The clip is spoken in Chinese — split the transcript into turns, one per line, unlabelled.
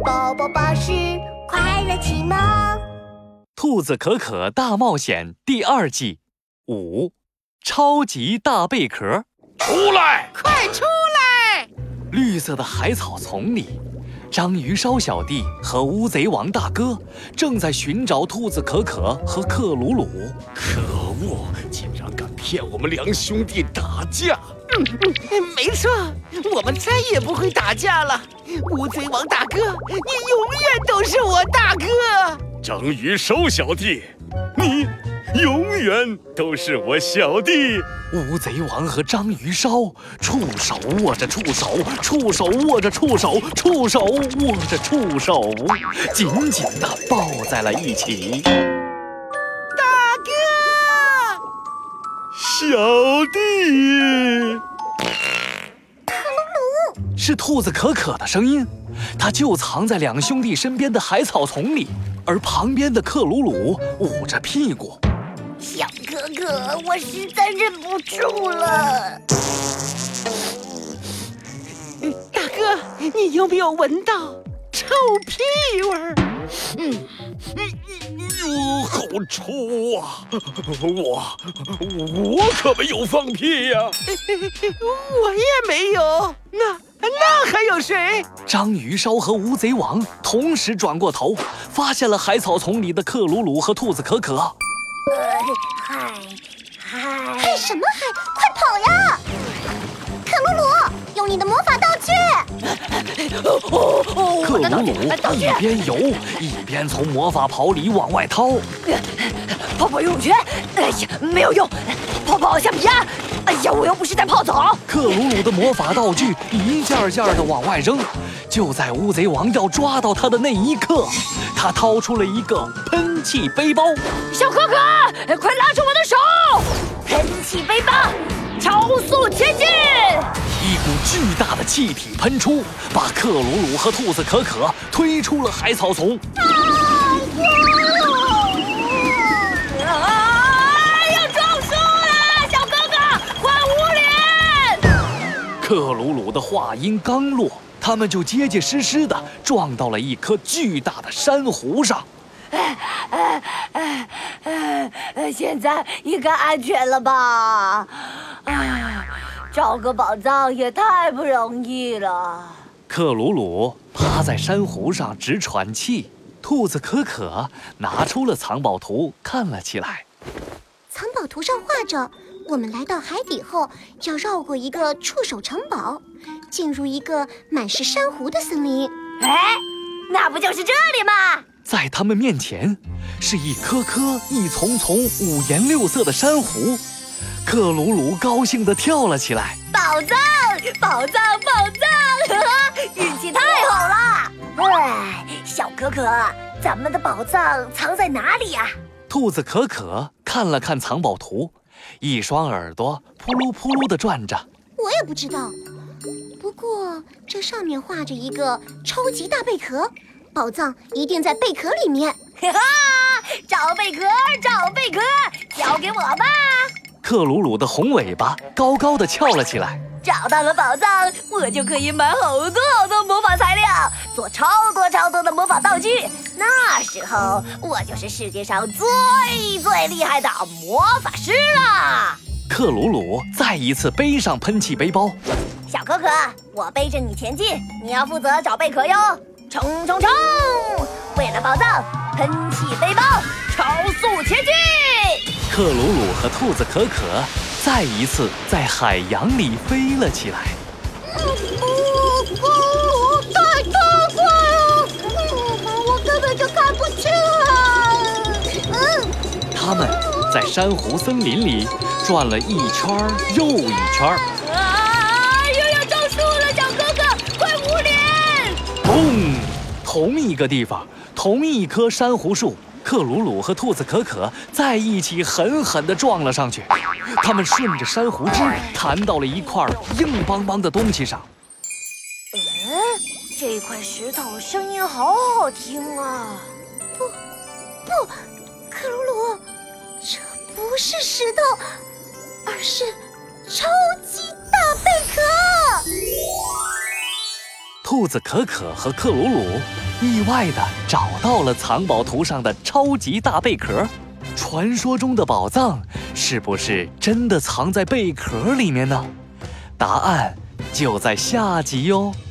宝宝巴士快乐启蒙。
兔子可可大冒险第2季5，超级大贝壳。
出来！
快出来！
绿色的海草丛里，章鱼烧小弟和乌贼王大哥正在寻找兔子可可和克鲁鲁。
可恶，竟然敢骗我们2兄弟打架！
没错，我们再也不会打架了。乌贼王大哥，你永远都是我大哥。
章鱼烧小弟，你永远都是我小弟。
乌贼王和章鱼烧触手握着触手，触手握着触手，触手握着触手，紧紧地抱在了一起。
大哥，
小弟，
是兔子可可的声音，他就藏在2兄弟身边的海草丛里，而旁边的克鲁鲁捂着屁股。
小可可，我实在忍不住了。
大哥，你有没有闻到臭屁味儿？
哟，好臭啊！我可没有放屁呀！
我也没有。那还有谁？
章鱼烧和乌贼王同时转过头，发现了海草丛里的克鲁鲁和兔子可可。
嗨什么嗨？快跑呀！克鲁鲁，用你的魔法道具。
克鲁鲁一边游一边从魔法袍里往外掏。
泡泡游泳圈，哎呀，没有用。泡泡橡皮鸭，哎呀，我又不是在泡澡。
克鲁鲁的魔法道具一件件的往外扔，就在乌贼王要抓到他的那一刻，他掏出了一个喷气背包。
小可可，快拉住我的手！喷气背包，超速前进！
一股巨大的气体喷出，把克鲁鲁和兔子可可推出了海草丛。
要撞树了！小哥哥，快捂脸！
克鲁鲁的话音刚落，他们就结结实实地撞到了一颗巨大的珊瑚上。
现在应该安全了吧？找个宝藏也太不容易了。
克鲁鲁趴在珊瑚上直喘气，兔子可可拿出了藏宝图看了起来。
藏宝图上画着，我们来到海底后，要绕过一个触手城堡，进入一个满是珊瑚的森林。
哎，那不就是这里吗？
在他们面前是一颗颗一丛丛5颜6色的珊瑚。克鲁鲁高兴地跳了起来。
宝藏，宝藏，宝藏！运气太好了！哎，小可可，咱们的宝藏藏在哪里呀？
兔子可可看了看藏宝图，一双耳朵扑噜扑噜地转着。
我也不知道，不过这上面画着一个超级大贝壳，宝藏一定在贝壳里面。
哈哈，找贝壳，找贝壳，交给我吧！
克鲁鲁的红尾巴高高地翘了起来。
找到了宝藏，我就可以买好多好多魔法材料，做超多的魔法道具。那时候我就是世界上最厉害的魔法师了。
克鲁鲁再一次背上喷气背包。
小可可，我背着你前进，你要负责找贝壳哟！冲冲冲！为了宝藏，喷气背包，超速前进！
克鲁鲁和兔子可可再一次在海洋里飞了起来。
太快了！我根本就看不清啊！
他们在珊瑚森林里转了一圈又一圈。
又要撞树了，小哥哥，快捂脸！
砰！同一个地方，同一棵珊瑚树，克鲁鲁和兔子可可在一起狠狠地撞了上去。他们顺着珊瑚枝弹到了一块硬邦邦的东西上。
这块石头声音好好听啊！
不，克鲁鲁，这不是石头，而是超级大贝壳。
兔子可可和克鲁鲁意外地找到了藏宝图上的超级大贝壳。传说中的宝藏是不是真的藏在贝壳里面呢？答案就在下集哟。